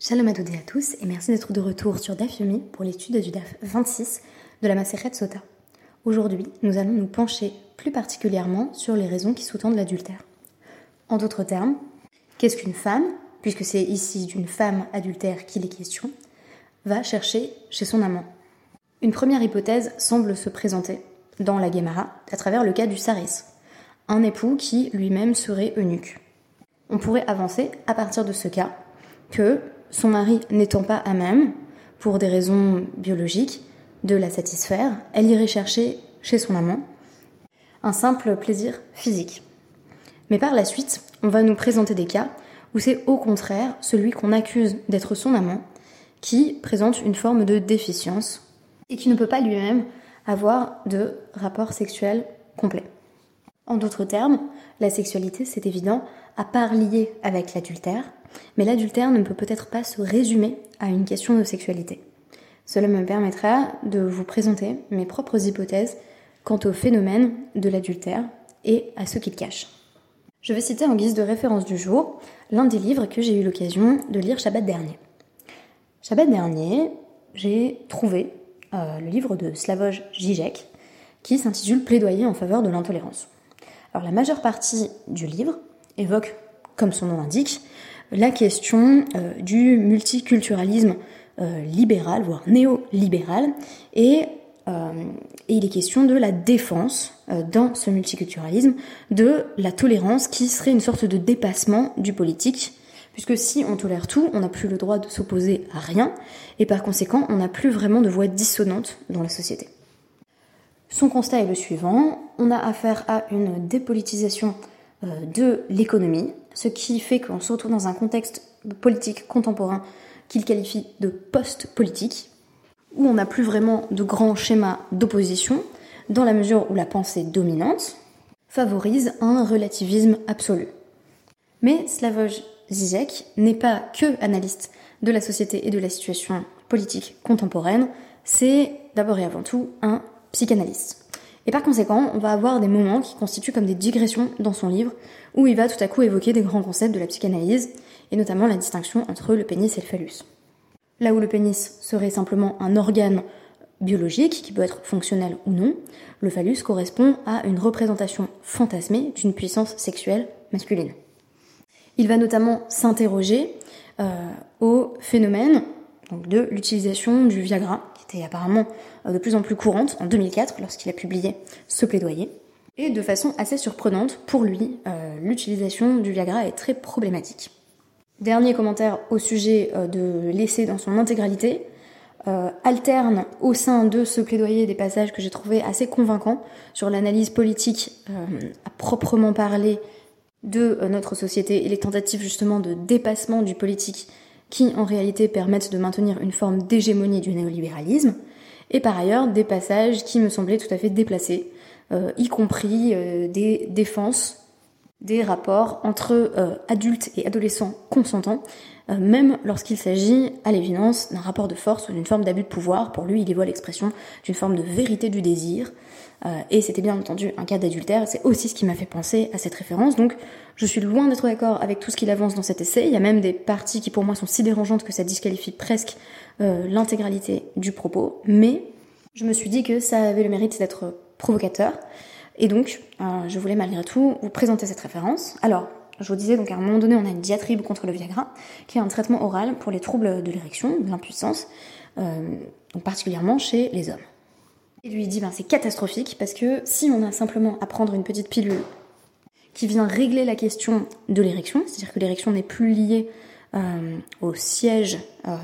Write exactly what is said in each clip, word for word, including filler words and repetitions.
Shalom à toutes et à tous et merci d'être de retour sur Daf Yomi pour l'étude du Daf vingt-six de la Masechet Sota. Aujourd'hui, nous allons nous pencher plus particulièrement sur les raisons qui sous-tendent l'adultère. En d'autres termes, qu'est-ce qu'une femme, puisque c'est ici d'une femme adultère qu'il est question, va chercher chez son amant? Une première hypothèse semble se présenter dans la Guémara à travers le cas du Saris, un époux qui lui-même serait eunuque. On pourrait avancer à partir de ce cas que son mari n'étant pas à même, pour des raisons biologiques, de la satisfaire, elle irait chercher chez son amant un simple plaisir physique. Mais par la suite, on va nous présenter des cas où c'est au contraire celui qu'on accuse d'être son amant qui présente une forme de déficience et qui ne peut pas lui-même avoir de rapport sexuel complet. En d'autres termes, la sexualité, c'est évident, à part liée avec l'adultère, mais l'adultère ne peut peut-être pas se résumer à une question de sexualité. Cela me permettra de vous présenter mes propres hypothèses quant au phénomène de l'adultère et à ce qu'il cache. Je vais citer en guise de référence du jour l'un des livres que j'ai eu l'occasion de lire Shabbat dernier. Shabbat dernier, j'ai trouvé euh, le livre de Slavoj Žižek qui s'intitule « Plaidoyer en faveur de l'intolérance ». Alors la majeure partie du livre évoque, comme son nom l'indique, la question euh, du multiculturalisme euh, libéral, voire néolibéral, et, euh, et il est question de la défense, euh, dans ce multiculturalisme, de la tolérance qui serait une sorte de dépassement du politique, puisque si on tolère tout, on n'a plus le droit de s'opposer à rien, et par conséquent, on n'a plus vraiment de voix dissonante dans la société. Son constat est le suivant, on a affaire à une dépolitisation euh, de l'économie, ce qui fait qu'on se retrouve dans un contexte politique contemporain qu'il qualifie de post-politique, où on n'a plus vraiment de grands schémas d'opposition, dans la mesure où la pensée dominante favorise un relativisme absolu. Mais Slavoj Žižek n'est pas que analyste de la société et de la situation politique contemporaine, c'est d'abord et avant tout un psychanalyste. Et par conséquent, on va avoir des moments qui constituent comme des digressions dans son livre, où il va tout à coup évoquer des grands concepts de la psychanalyse, et notamment la distinction entre le pénis et le phallus. Là où le pénis serait simplement un organe biologique, qui peut être fonctionnel ou non, le phallus correspond à une représentation fantasmée d'une puissance sexuelle masculine. Il va notamment s'interroger euh, au phénomène donc, de l'utilisation du Viagra, qui était apparemment de plus en plus courante en deux mille quatre lorsqu'il a publié ce plaidoyer. Et de façon assez surprenante, pour lui, euh, l'utilisation du Viagra est très problématique. Dernier commentaire au sujet euh, de l'essai dans son intégralité, euh, alterne au sein de ce plaidoyer des passages que j'ai trouvés assez convaincants sur l'analyse politique euh, à proprement parler de euh, notre société et les tentatives justement de dépassement du politique qui en réalité permettent de maintenir une forme d'hégémonie du néolibéralisme, et par ailleurs des passages qui me semblaient tout à fait déplacés, euh, y compris euh, des défenses, des rapports entre euh, adultes et adolescents consentants, euh, même lorsqu'il s'agit, à l'évidence, d'un rapport de force ou d'une forme d'abus de pouvoir. Pour lui, il y voit l'expression d'une forme de vérité du désir, euh, et c'était bien entendu un cas d'adultère, c'est aussi ce qui m'a fait penser à cette référence, donc je suis loin d'être d'accord avec tout ce qu'il avance dans cet essai, il y a même des parties qui pour moi sont si dérangeantes que ça disqualifie presque euh, l'intégralité du propos, mais je me suis dit que ça avait le mérite d'être provocateur, et donc euh, je voulais malgré tout vous présenter cette référence. Alors, je vous disais donc à un moment donné on a une diatribe contre le Viagra, qui est un traitement oral pour les troubles de l'érection, de l'impuissance, euh, donc particulièrement chez les hommes. Et lui dit ben c'est catastrophique parce que si on a simplement à prendre une petite pilule qui vient régler la question de l'érection, c'est-à-dire que l'érection n'est plus liée euh, au siège euh,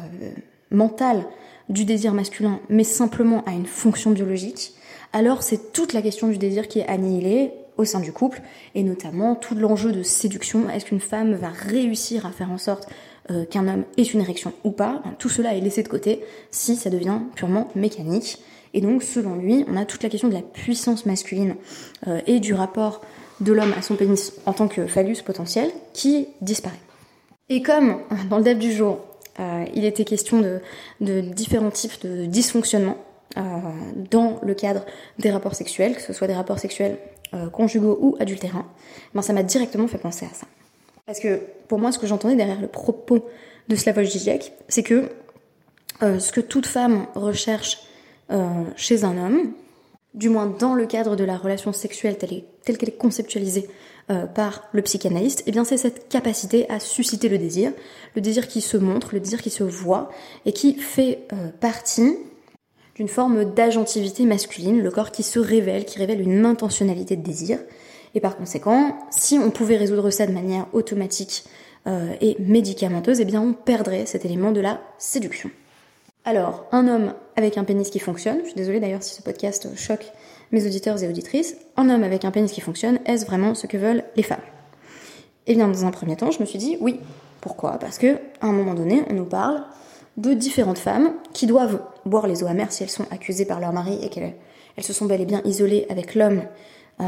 mental du désir masculin, mais simplement à une fonction biologique, alors c'est toute la question du désir qui est annihilée au sein du couple, et notamment tout l'enjeu de séduction. Est-ce qu'une femme va réussir à faire en sorte euh, qu'un homme ait une érection ou pas? Tout cela est laissé de côté si ça devient purement mécanique. Et donc, selon lui, on a toute la question de la puissance masculine euh, et du rapport de l'homme à son pénis en tant que phallus potentiel qui disparaît. Et comme, dans le dev du jour, euh, il était question de, de différents types de dysfonctionnements euh, dans le cadre des rapports sexuels, que ce soit des rapports sexuels euh, conjugaux ou adultérins, ben ça m'a directement fait penser à ça. Parce que, pour moi, ce que j'entendais derrière le propos de Slavoj Žižek, c'est que euh, ce que toute femme recherche euh, chez un homme, du moins dans le cadre de la relation sexuelle telle, telle qu'elle est conceptualisée euh, par le psychanalyste, eh bien c'est cette capacité à susciter le désir, le désir qui se montre, le désir qui se voit, et qui fait euh, partie d'une forme d'agentivité masculine, le corps qui se révèle, qui révèle une intentionnalité de désir. Et par conséquent, si on pouvait résoudre ça de manière automatique euh, et médicamenteuse, eh bien on perdrait cet élément de la séduction. Alors, un homme avec un pénis qui fonctionne, je suis désolée d'ailleurs si ce podcast choque mes auditeurs et auditrices, un homme avec un pénis qui fonctionne, est-ce vraiment ce que veulent les femmes ? Eh bien, dans un premier temps, je me suis dit oui. Pourquoi ? Parce que à un moment donné, on nous parle de différentes femmes qui doivent boire les eaux amères si elles sont accusées par leur mari et qu'elles elles se sont bel et bien isolées avec l'homme euh,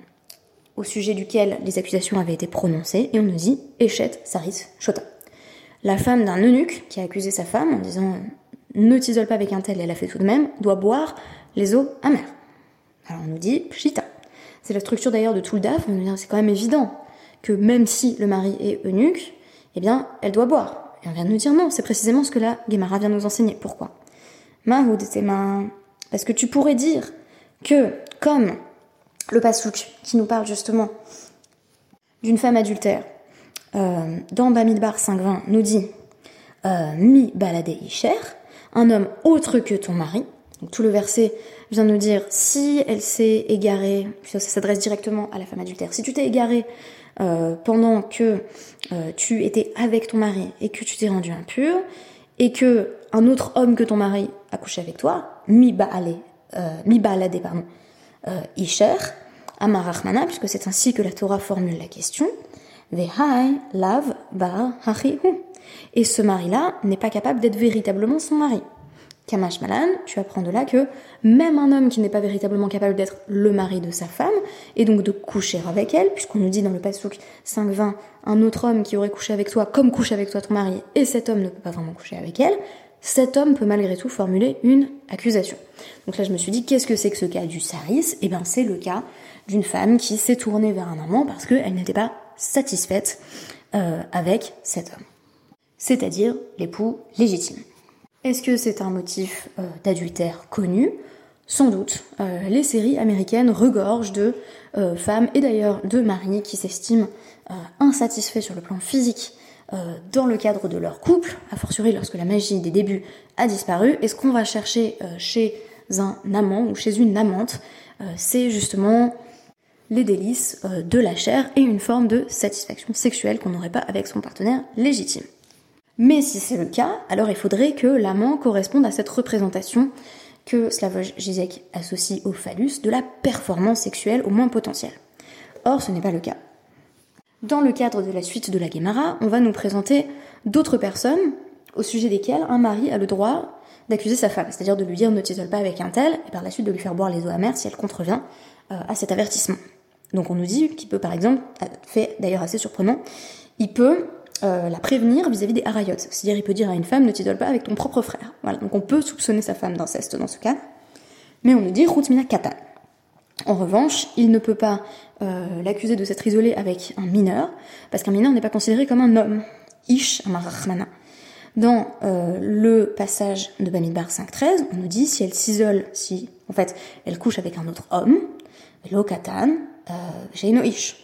au sujet duquel les accusations avaient été prononcées, et on nous dit « Eshet Saris Shota ». La femme d'un eunuque qui a accusé sa femme en disant « Ne t'isole pas avec un tel, elle a fait tout de même », doit boire les eaux amères. Alors on nous dit « Pshita ». C'est la structure d'ailleurs de tout le D A F, on nous dit « C'est quand même évident que même si le mari est eunuque, eh bien, elle doit boire ». Et on vient de nous dire non, c'est précisément ce que la Gemara vient nous enseigner. Pourquoi ? Mahoud, c'est ma... Parce que tu pourrais dire que, comme le Passouk qui nous parle justement d'une femme adultère, euh, dans Bamidbar cinq vingt, nous dit euh, Mi balade isher, un homme autre que ton mari. Donc tout le verset vient nous dire si elle s'est égarée, ça s'adresse directement à la femme adultère, si tu t'es égarée Euh, pendant que euh, tu étais avec ton mari et que tu t'es rendu impur et que un autre homme que ton mari a couché avec toi, mi ba'ale, euh, mi ba'alade, pardon, euh, isher, amarachmana, puisque c'est ainsi que la Torah formule la question, vehai lav bar hachihu. Et ce mari-là n'est pas capable d'être véritablement son mari. Kamash Malan, tu apprends de là que même un homme qui n'est pas véritablement capable d'être le mari de sa femme, et donc de coucher avec elle, puisqu'on nous dit dans le Passouk cinq vingt, un autre homme qui aurait couché avec toi, comme couche avec toi ton mari, et cet homme ne peut pas vraiment coucher avec elle, cet homme peut malgré tout formuler une accusation. Donc là je me suis dit, qu'est-ce que c'est que ce cas du saris ? Eh bien c'est le cas d'une femme qui s'est tournée vers un amant parce qu'elle n'était pas satisfaite euh, avec cet homme. C'est-à-dire l'époux légitime. Est-ce que c'est un motif euh, d'adultère connu ? Sans doute. Euh, les séries américaines regorgent de euh, femmes et d'ailleurs de maris qui s'estiment euh, insatisfaits sur le plan physique euh, dans le cadre de leur couple, a fortiori lorsque la magie des débuts a disparu. Et ce qu'on va chercher euh, chez un amant ou chez une amante, euh, c'est justement les délices euh, de la chair et une forme de satisfaction sexuelle qu'on n'aurait pas avec son partenaire légitime. Mais si c'est le cas, alors il faudrait que l'amant corresponde à cette représentation que Slavoj Žižek associe au phallus de la performance sexuelle au moins potentielle. Or, ce n'est pas le cas. Dans le cadre de la suite de la Gemara, on va nous présenter d'autres personnes au sujet desquelles un mari a le droit d'accuser sa femme, c'est-à-dire de lui dire ne t'isole pas avec un tel, et par la suite de lui faire boire les eaux amères si elle contrevient euh, à cet avertissement. Donc on nous dit qu'il peut par exemple, fait d'ailleurs assez surprenant, il peut Euh, la prévenir vis-à-vis des harayot. C'est-à-dire, il peut dire à une femme, ne t'idole pas avec ton propre frère. Voilà, donc on peut soupçonner sa femme d'inceste dans ce cas. Mais on nous dit, Ruth mina katan. En revanche, il ne peut pas euh, l'accuser de s'être isolé avec un mineur, parce qu'un mineur n'est pas considéré comme un homme. Ish amarachmana. Dans euh, le passage de Bamidbar cinq treize, on nous dit, si elle s'isole, si, en fait, elle couche avec un autre homme, lo katan, sheino ish.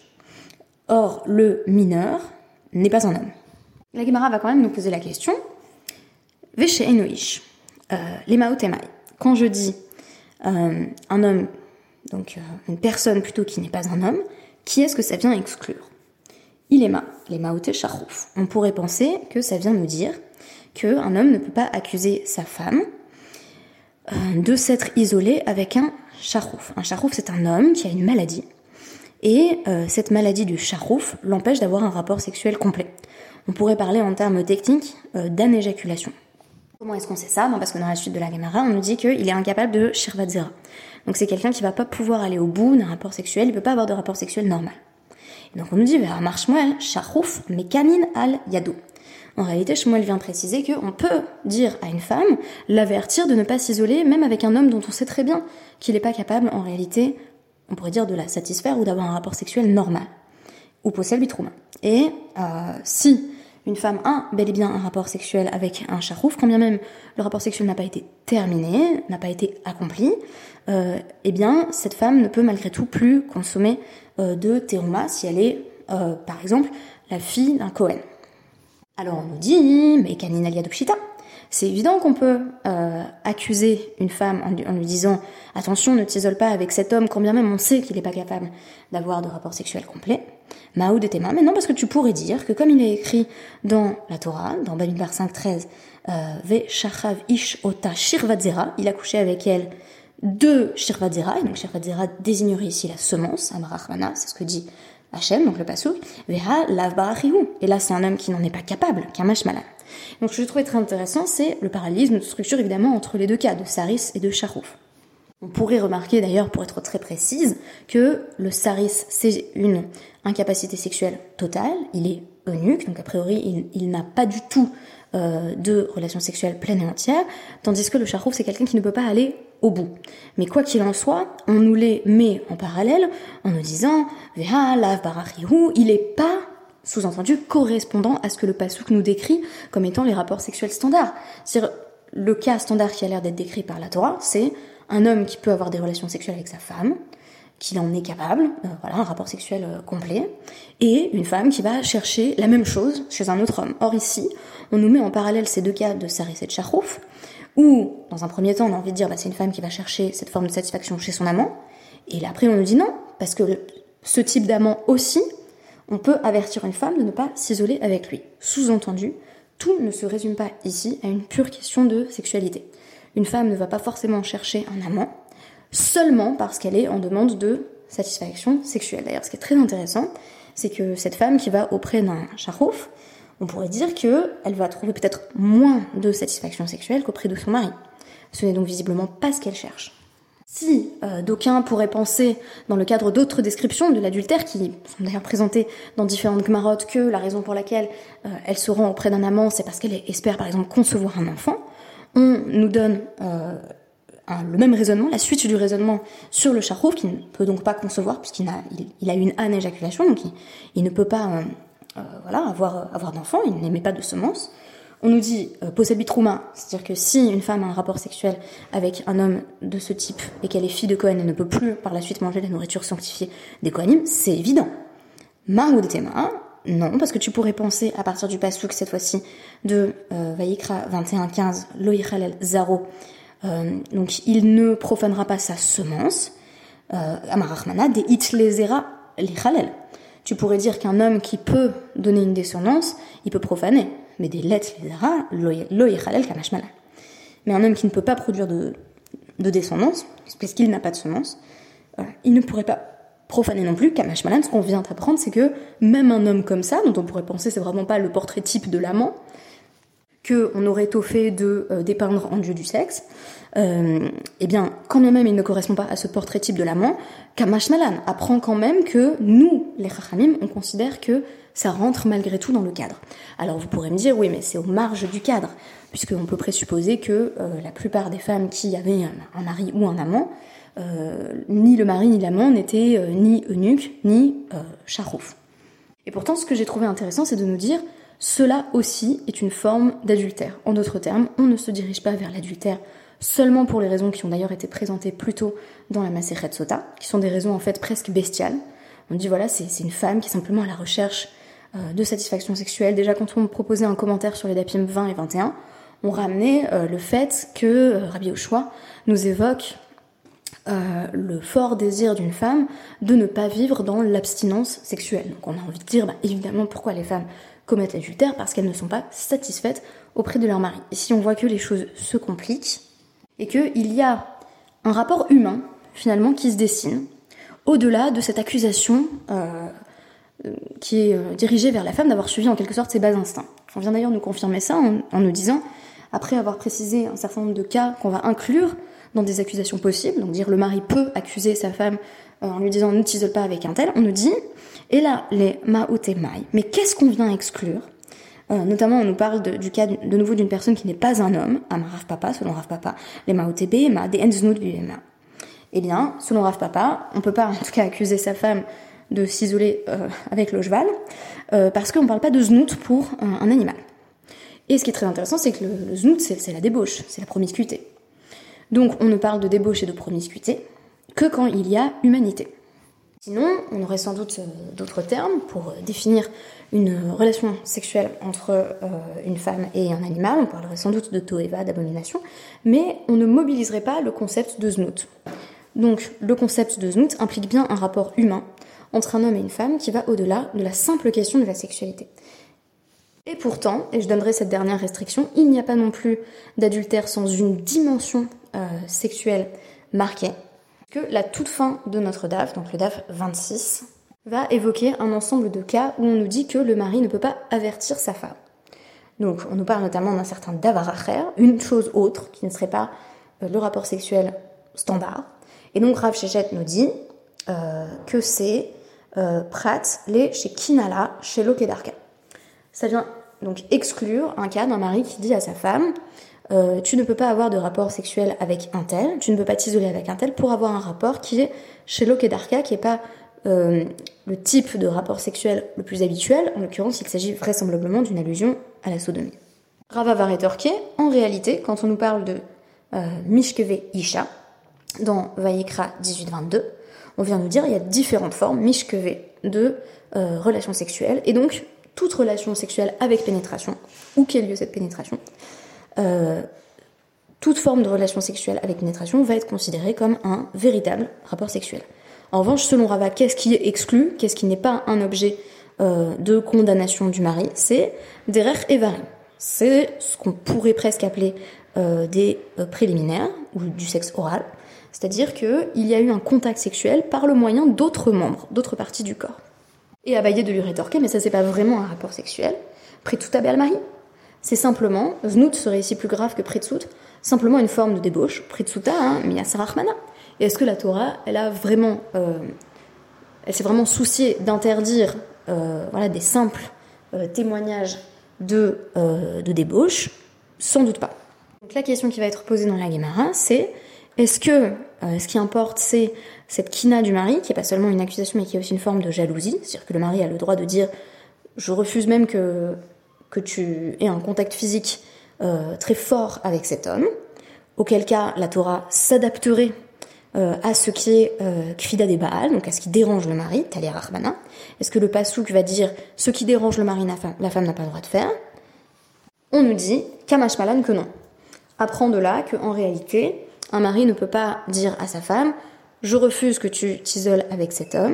Or, le mineur n'est pas un homme. La Gemara va quand même nous poser la question Veshe Enoish, euh, les Maotemai. Quand je dis euh, un homme, donc euh, une personne plutôt qui n'est pas un homme, qui est-ce que ça vient exclure ? Il est ma, les Maote Sharouf. On pourrait penser que ça vient nous dire qu'un homme ne peut pas accuser sa femme euh, de s'être isolé avec un Sharouf. Un Sharouf, c'est un homme qui a une maladie. Et euh, cette maladie du charouf l'empêche d'avoir un rapport sexuel complet. On pourrait parler en termes techniques euh, d'anéjaculation. Comment est-ce qu'on sait ça ? Ben parce que dans la suite de la Gemara, on nous dit qu'il est incapable de shirvat zera. Donc c'est quelqu'un qui va pas pouvoir aller au bout d'un rapport sexuel, il peut pas avoir de rapport sexuel normal. Et donc on nous dit, Amar Shmuel, charouf mekanin al yado. En réalité, Shmuel vient préciser qu'on peut dire à une femme, l'avertir de ne pas s'isoler, même avec un homme dont on sait très bien qu'il n'est pas capable, en réalité, on pourrait dire de la satisfaire ou d'avoir un rapport sexuel normal. Ou possède bitrouma. Et euh, si une femme a bel et bien un rapport sexuel avec un charouf, quand bien même le rapport sexuel n'a pas été terminé, n'a pas été accompli, euh, eh bien cette femme ne peut malgré tout plus consommer euh, de terouma si elle est, euh, par exemple, la fille d'un Kohen. Alors on nous dit, mais Kanin Alia Dopshita, c'est évident qu'on peut euh, accuser une femme en lui, en lui disant « Attention, ne t'isole pas avec cet homme, quand bien même on sait qu'il n'est pas capable d'avoir de rapport sexuel complet. » Maoud de Tema, mais non, parce que tu pourrais dire que comme il est écrit dans la Torah, dans Bamidbar cinq treize, euh, « Ve shachav ish ota shirvatzera » il a couché avec elle de shirvatzera, et donc shirvatzera désignerait ici la semence, Amarachmana, c'est ce que dit Hachem, donc le pasouk, « Veha lav barachihu » et là c'est un homme qui n'en est pas capable, qui est un mashmalan. Donc ce que je trouvais très intéressant, c'est le parallélisme de structure évidemment entre les deux cas, de saris et de charouf. On pourrait remarquer d'ailleurs, pour être très précise, que le saris c'est une incapacité sexuelle totale, il est eunuque, donc a priori il, il n'a pas du tout euh, de relation sexuelle pleine et entière, tandis que le charouf c'est quelqu'un qui ne peut pas aller au bout. Mais quoi qu'il en soit, on nous les met en parallèle en nous disant « Veha lav barachihu » il est pas sous-entendu correspondant à ce que le pasouk nous décrit comme étant les rapports sexuels standards. C'est-à-dire, le cas standard qui a l'air d'être décrit par la Torah, c'est un homme qui peut avoir des relations sexuelles avec sa femme, qu'il en est capable, euh, voilà, un rapport sexuel euh, complet, et une femme qui va chercher la même chose chez un autre homme. Or ici, on nous met en parallèle ces deux cas de saris et de charouf, où, dans un premier temps, on a envie de dire, bah, c'est une femme qui va chercher cette forme de satisfaction chez son amant, et là, après, on nous dit non, parce que le, ce type d'amant aussi, on peut avertir une femme de ne pas s'isoler avec lui. Sous-entendu, tout ne se résume pas ici à une pure question de sexualité. Une femme ne va pas forcément chercher un amant seulement parce qu'elle est en demande de satisfaction sexuelle. D'ailleurs, ce qui est très intéressant, c'est que cette femme qui va auprès d'un charouf, on pourrait dire qu'elle va trouver peut-être moins de satisfaction sexuelle qu'auprès de son mari. Ce n'est donc visiblement pas ce qu'elle cherche. Si euh, d'aucuns pourraient penser, dans le cadre d'autres descriptions de l'adultère, qui sont d'ailleurs présentées dans différentes gmarottes, que la raison pour laquelle euh, elle se rend auprès d'un amant, c'est parce qu'elle espère par exemple concevoir un enfant, on nous donne euh, un, le même raisonnement, la suite du raisonnement sur le charouf, qui ne peut donc pas concevoir, puisqu'il a, il, il a une anéjaculation, donc il, il ne peut pas euh, euh, voilà, avoir, avoir d'enfant, il n'émet pas de semence. On nous dit euh, possède bitrouma, c'est-à-dire que si une femme a un rapport sexuel avec un homme de ce type et qu'elle est fille de Kohen et ne peut plus par la suite manger la nourriture sanctifiée des Kohanim, c'est évident. Mahoud tema, non, parce que tu pourrais penser à partir du pasouk cette fois-ci de euh, Vayikra vingt et un quinze, lo yichalel zaro, euh, donc il ne profanera pas sa semence, euh, amarachmana de itlezera lichalel. Tu pourrais dire qu'un homme qui peut donner une descendance, il peut profaner. Mais des lettres, les aras, lo yechalel kamashmala. Mais un homme qui ne peut pas produire de, de descendance, parce qu'il n'a pas de semence, euh, il ne pourrait pas profaner non plus kamashmala. Ce qu'on vient d'apprendre, c'est que même un homme comme ça, dont on pourrait penser c'est vraiment pas le portrait type de l'amant, qu'on aurait tôt fait de euh, dépeindre en dieu du sexe, euh, eh bien, quand même il ne correspond pas à ce portrait type de l'amant, kamashmalan apprend quand même que nous, les chachamim, on considère que ça rentre malgré tout dans le cadre. Alors vous pourrez me dire, oui, mais c'est aux marges du cadre, puisqu'on peut présupposer que euh, la plupart des femmes qui avaient un, un mari ou un amant, euh, ni le mari ni l'amant n'étaient euh, ni eunuques, ni euh, charouf. Et pourtant, ce que j'ai trouvé intéressant, c'est de nous dire, cela aussi est une forme d'adultère. En d'autres termes, on ne se dirige pas vers l'adultère seulement pour les raisons qui ont d'ailleurs été présentées plus tôt dans la Masechet Sota, qui sont des raisons en fait presque bestiales. On dit voilà, c'est, c'est une femme qui est simplement à la recherche euh, de satisfaction sexuelle. Déjà, quand on me proposait un commentaire sur les dapim vingt et vingt et un, on ramenait euh, le fait que euh, Rabbi Yoshua nous évoque euh, le fort désir d'une femme de ne pas vivre dans l'abstinence sexuelle. Donc on a envie de dire, bah, évidemment, pourquoi les femmes commettent l'adultère? Parce qu'elles ne sont pas satisfaites auprès de leur mari. Ici, on voit que les choses se compliquent et qu'il y a un rapport humain, finalement, qui se dessine au-delà de cette accusation euh, qui est euh, dirigée vers la femme d'avoir suivi en quelque sorte ses bas instincts. On vient d'ailleurs nous confirmer ça en, en nous disant, après avoir précisé un certain nombre de cas qu'on va inclure dans des accusations possibles, donc dire le mari peut accuser sa femme euh, en lui disant ne t'isole pas avec un tel, on nous dit, et là, les ma'otemai, mais qu'est-ce qu'on vient exclure? Euh, notamment, on nous parle de, du cas de nouveau d'une personne qui n'est pas un homme, Amar Rav Papa, selon Rav Papa, les ma'otebe, ma des enznout bima. Eh bien, selon Rav Papa, on peut pas en tout cas accuser sa femme de s'isoler euh, avec le cheval, euh, parce qu'on ne parle pas de znout pour un, un animal. Et ce qui est très intéressant, c'est que le, le znout, c'est, c'est la débauche, c'est la promiscuité. Donc on ne parle de débauche et de promiscuité que quand il y a humanité. Sinon, on aurait sans doute d'autres termes pour définir une relation sexuelle entre euh, une femme et un animal. On parlerait sans doute de toeva, d'abomination, mais on ne mobiliserait pas le concept de znout. Donc le concept de znout implique bien un rapport humain entre un homme et une femme qui va au-delà de la simple question de la sexualité. Et pourtant, et je donnerai cette dernière restriction, il n'y a pas non plus d'adultère sans une dimension euh, sexuelle marquée, que la toute fin de notre D A F, donc le D A F vingt-six, va évoquer un ensemble de cas où on nous dit que le mari ne peut pas avertir sa femme. Donc on nous parle notamment d'un certain davar acher, une chose autre qui ne serait pas euh, le rapport sexuel standard. Et donc Rav Shechet nous dit euh, que c'est euh, prat les chez kinala chez lokedarka. Ça vient donc exclure un cas d'un mari qui dit à sa femme euh, tu ne peux pas avoir de rapport sexuel avec un tel, tu ne peux pas t'isoler avec un tel pour avoir un rapport qui est chez lokedarka, qui n'est pas euh, le type de rapport sexuel le plus habituel. En l'occurrence, il s'agit vraisemblablement d'une allusion à la sodomie. Rava va rétorquer, en réalité, quand on nous parle de euh, mishkeve isha, dans Vayikra dix-huit vingt-deux, on vient nous dire il y a différentes formes, mishkeve, de euh, relations sexuelles, et donc toute relation sexuelle avec pénétration, où qu'ait lieu cette pénétration, euh, toute forme de relation sexuelle avec pénétration va être considérée comme un véritable rapport sexuel. En revanche, selon Rava, qu'est-ce qui est exclu, qu'est-ce qui n'est pas un objet euh, de condamnation du mari, c'est derer evarim. C'est ce qu'on pourrait presque appeler euh, des euh, préliminaires, ou du sexe oral, c'est-à-dire qu'il y a eu un contact sexuel par le moyen d'autres membres, d'autres parties du corps. Et Abaye de lui rétorquer, mais ça c'est pas vraiment un rapport sexuel. Pritsuta be'al-mari. C'est simplement, znout serait ici plus grave que pritsut, simplement une forme de débauche. Pritsuta, hein, miyasarachmana. Et est-ce que la Torah, elle a vraiment, euh, elle s'est vraiment souciée d'interdire, euh, voilà, des simples euh, témoignages de, euh, de débauche? Sans doute pas. Donc la question qui va être posée dans la Gemara, c'est est-ce que euh, ce qui importe, c'est cette kina du mari, qui n'est pas seulement une accusation, mais qui est aussi une forme de jalousie, c'est-à-dire que le mari a le droit de dire « je refuse même que, que tu aies un contact physique euh, très fort avec cet homme », auquel cas la Torah s'adapterait euh, à ce qui est euh, kfida des Baal, donc à ce qui dérange le mari, talia rachmana. Est-ce que le pasouk va dire « ce qui dérange le mari, la femme, la femme n'a pas le droit de faire ?» On nous dit « kamash malan » que non. Apprend de là qu'en réalité, un mari ne peut pas dire à sa femme « je refuse que tu t'isoles avec cet homme »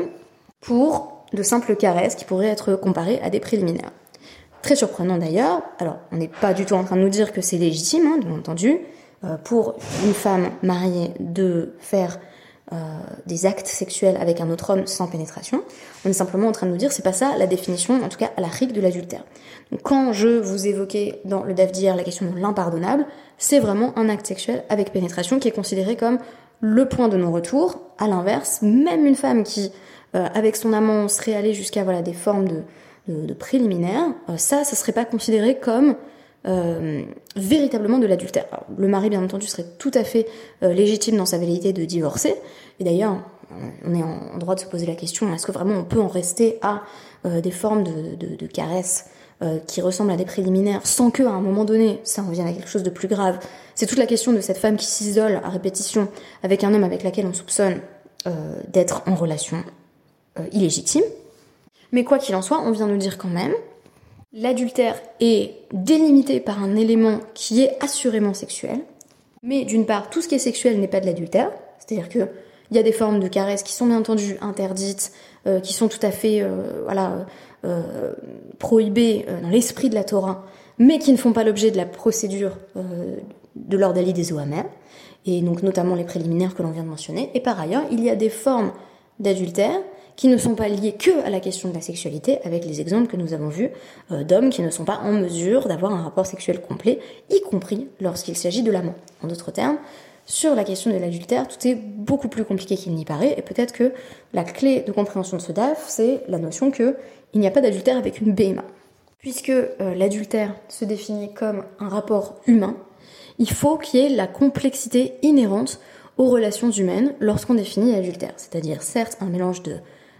pour de simples caresses qui pourraient être comparées à des préliminaires. Très surprenant d'ailleurs, alors on n'est pas du tout en train de nous dire que c'est légitime, hein, bien entendu, euh, pour une femme mariée de faire euh, des actes sexuels avec un autre homme sans pénétration. On est simplement en train de nous dire c'est pas ça la définition, en tout cas à la règle de l'adultère. Donc quand je vous évoquais dans le daf d'hier la question de l'impardonnable, c'est vraiment un acte sexuel avec pénétration qui est considéré comme le point de non-retour. À l'inverse, même une femme qui, euh, avec son amant, serait allée jusqu'à voilà des formes de, de, de préliminaires, euh, ça, ça serait pas considéré comme euh, véritablement de l'adultère. Alors, le mari, bien entendu, serait tout à fait euh, légitime dans sa velléité de divorcer. Et d'ailleurs, on est en droit de se poser la question, est-ce que vraiment on peut en rester à euh, des formes de, de, de caresses Euh, qui ressemble à des préliminaires, sans que, à un moment donné, ça en vienne à quelque chose de plus grave. C'est toute la question de cette femme qui s'isole à répétition avec un homme avec lequel on soupçonne euh, d'être en relation euh, illégitime. Mais quoi qu'il en soit, on vient nous dire quand même, l'adultère est délimité par un élément qui est assurément sexuel, mais d'une part, tout ce qui est sexuel n'est pas de l'adultère, c'est-à-dire que il y a des formes de caresses qui sont bien entendu interdites, euh, qui sont tout à fait, euh, voilà, Euh, prohibés euh, dans l'esprit de la Torah, mais qui ne font pas l'objet de la procédure euh, de l'ordali des eaux amères, et donc notamment les préliminaires que l'on vient de mentionner. Et par ailleurs, il y a des formes d'adultère qui ne sont pas liées que à la question de la sexualité, avec les exemples que nous avons vus euh, d'hommes qui ne sont pas en mesure d'avoir un rapport sexuel complet, y compris lorsqu'il s'agit de l'amant. En d'autres termes, sur la question de l'adultère, tout est beaucoup plus compliqué qu'il n'y paraît, et peut-être que la clé de compréhension de ce D A F, c'est la notion que il n'y a pas d'adultère avec une béhéma. Puisque euh, l'adultère se définit comme un rapport humain, il faut qu'il y ait la complexité inhérente aux relations humaines lorsqu'on définit l'adultère. C'est-à-dire, certes, un mélange de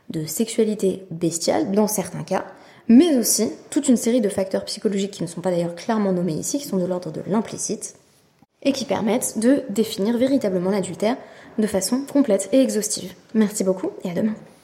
de sexualité bestiale dans certains cas, mais aussi toute une série de facteurs psychologiques qui ne sont pas d'ailleurs clairement nommés ici, qui sont de l'ordre de l'implicite, et qui permettent de définir véritablement l'adultère de façon complète et exhaustive. Merci beaucoup et à demain.